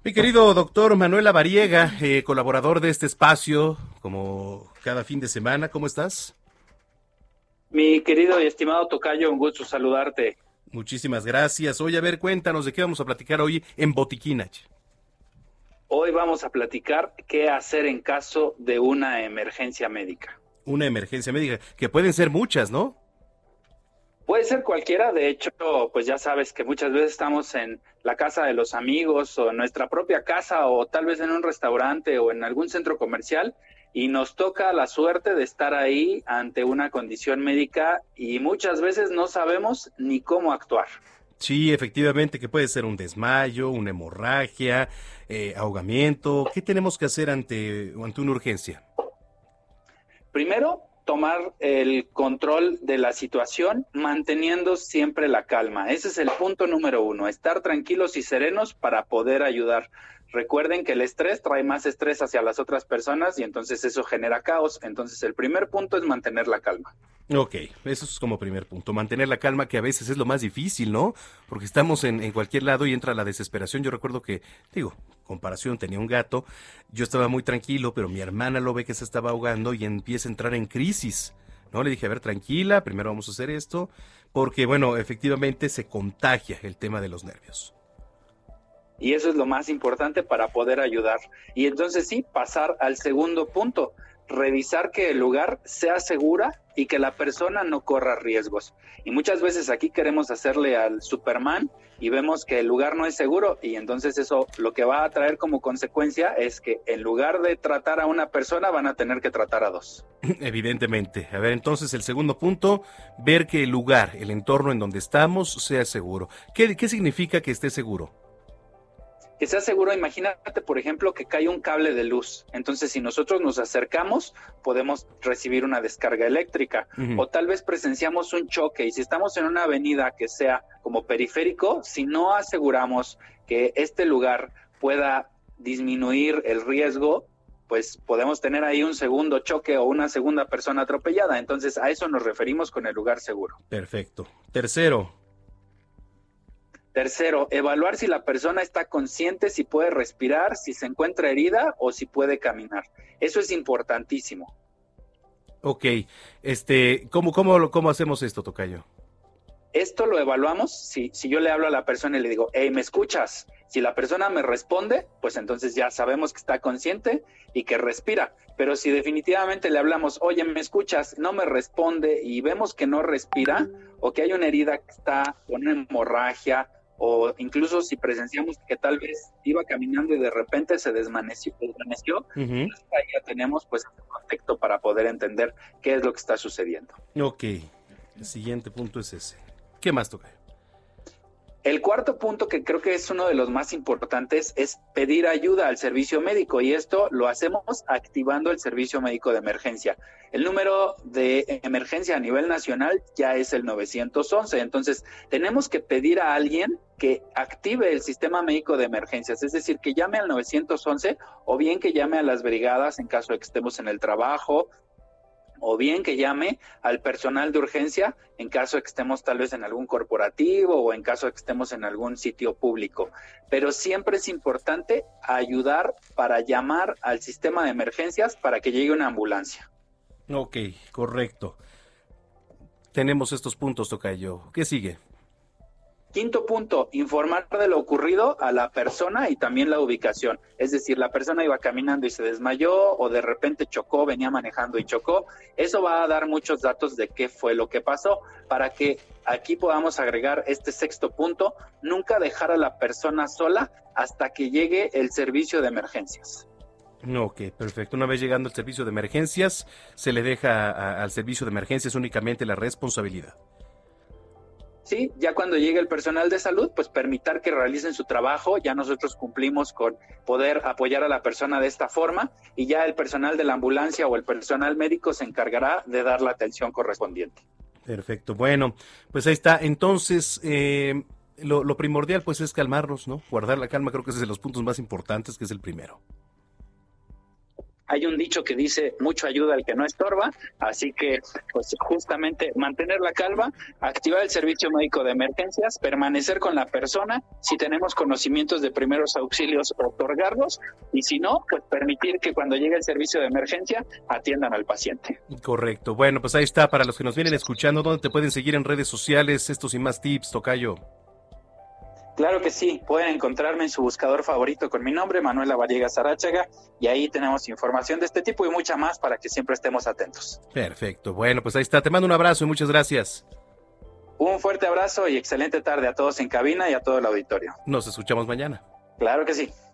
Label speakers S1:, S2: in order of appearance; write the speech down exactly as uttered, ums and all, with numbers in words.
S1: Mi querido doctor Manuel Lavariega, eh, colaborador de este espacio, como cada fin de semana, ¿cómo estás?
S2: Mi querido y estimado tocayo, un gusto saludarte.
S1: Muchísimas gracias. Oye, a ver, cuéntanos de qué vamos a platicar hoy en Botiquinach.
S2: Hoy vamos a platicar qué hacer en caso de una emergencia médica.
S1: Una emergencia médica, que pueden ser muchas, ¿no?
S2: Puede ser cualquiera, de hecho, pues ya sabes que muchas veces estamos en la casa de los amigos o en nuestra propia casa o tal vez en un restaurante o en algún centro comercial y nos toca la suerte de estar ahí ante una condición médica y muchas veces no sabemos ni cómo actuar.
S1: Sí, efectivamente, que puede ser un desmayo, una hemorragia, eh, ahogamiento. ¿Qué tenemos que hacer ante, ante una urgencia?
S2: Primero, tomar el control de la situación manteniendo siempre la calma. Ese es el punto número uno, estar tranquilos y serenos para poder ayudar. Recuerden que el estrés trae más estrés hacia las otras personas y entonces eso genera caos. Entonces el primer punto es mantener la calma.
S1: Ok, eso es como primer punto, mantener la calma, que a veces es lo más difícil, ¿no? Porque estamos en, en cualquier lado y entra la desesperación. Yo recuerdo que, digo, comparación, tenía un gato, yo estaba muy tranquilo, pero mi hermana lo ve que se estaba ahogando y empieza a entrar en crisis, ¿no? Le dije, a ver, tranquila, primero vamos a hacer esto, porque, bueno, efectivamente se contagia el tema de los nervios.
S2: Y eso es lo más importante para poder ayudar. Y entonces sí, pasar al segundo punto, revisar que el lugar sea segura y que la persona no corra riesgos. Y muchas veces aquí queremos hacerle al Superman y vemos que el lugar no es seguro y entonces eso lo que va a traer como consecuencia es que en lugar de tratar a una persona van a tener que tratar a dos.
S1: Evidentemente. A ver, entonces el segundo punto, ver que el lugar, el entorno en donde estamos sea seguro. ¿Qué, qué significa que esté seguro?
S2: Que sea seguro, imagínate, por ejemplo, que cae un cable de luz. Entonces, si nosotros nos acercamos, podemos recibir una descarga eléctrica.
S1: Ujú.
S2: O tal vez presenciamos un choque. Y si estamos en una avenida que sea como periférico, si no aseguramos que este lugar pueda disminuir el riesgo, pues podemos tener ahí un segundo choque o una segunda persona atropellada. Entonces, a eso nos referimos con el lugar seguro.
S1: Perfecto. Tercero.
S2: Tercero, evaluar si la persona está consciente, si puede respirar, si se encuentra herida o si puede caminar. Eso es importantísimo.
S1: Ok, este, ¿cómo, cómo, cómo hacemos esto, tocayo?
S2: Esto lo evaluamos si, si yo le hablo a la persona y le digo, hey, ¿me escuchas? Si la persona me responde, pues entonces ya sabemos que está consciente y que respira. Pero si definitivamente le hablamos, oye, ¿me escuchas? No me responde y vemos que no respira o que hay una herida que está con una hemorragia o incluso si presenciamos que tal vez iba caminando y de repente se desvaneció, desvaneció
S1: Ujú.
S2: pues ahí ya tenemos pues el contexto para poder entender qué es lo que está sucediendo.
S1: Ok, el siguiente punto es ese. ¿Qué más, tocayo?
S2: El cuarto punto, que creo que es uno de los más importantes, es pedir ayuda al servicio médico y esto lo hacemos activando el servicio médico de emergencia. El número de emergencia a nivel nacional ya es el nueve once, entonces tenemos que pedir a alguien que active el sistema médico de emergencias, es decir, que llame al nueve once o bien que llame a las brigadas en caso de que estemos en el trabajo, o bien que llame al personal de urgencia en caso de que estemos tal vez en algún corporativo o en caso de que estemos en algún sitio público. Pero siempre es importante ayudar para llamar al sistema de emergencias para que llegue una ambulancia.
S1: Ok, correcto. Tenemos estos puntos, tocayo. ¿Qué sigue?
S2: Quinto punto, informar de lo ocurrido a la persona y también la ubicación. Es decir, la persona iba caminando y se desmayó o de repente chocó, venía manejando y chocó. Eso va a dar muchos datos de qué fue lo que pasó para que aquí podamos agregar este sexto punto, nunca dejar a la persona sola hasta que llegue el servicio de emergencias.
S1: Ok, perfecto. Una vez llegando al servicio de emergencias, se le deja a- al servicio de emergencias únicamente la responsabilidad.
S2: Sí, ya cuando llegue el personal de salud, pues permitir que realicen su trabajo, ya nosotros cumplimos con poder apoyar a la persona de esta forma y ya el personal de la ambulancia o el personal médico se encargará de dar la atención correspondiente.
S1: Perfecto. Bueno, pues ahí está. Entonces, eh, lo, lo primordial pues es calmarnos, ¿no? Guardar la calma, creo que ese es de los puntos más importantes, que es el primero.
S2: hay un dicho que dice mucho ayuda al que no estorba, así que pues justamente mantener la calma, activar el servicio médico de emergencias, permanecer con la persona, si tenemos conocimientos de primeros auxilios, otorgarlos, y si no, pues permitir que cuando llegue el servicio de emergencia atiendan al paciente.
S1: Correcto. Bueno, pues ahí está, para los que nos vienen escuchando, ¿dónde te pueden seguir en redes sociales? Estos y más tips, tocayo.
S2: Claro que sí, pueden encontrarme en su buscador favorito con mi nombre, Manuela Variegas Aráchaga, y ahí tenemos información de este tipo y mucha más para que siempre estemos atentos.
S1: Perfecto, bueno, pues ahí está, te mando un abrazo y muchas gracias.
S2: Un fuerte abrazo y excelente tarde a todos en cabina y a todo el auditorio.
S1: Nos escuchamos mañana.
S2: Claro que sí.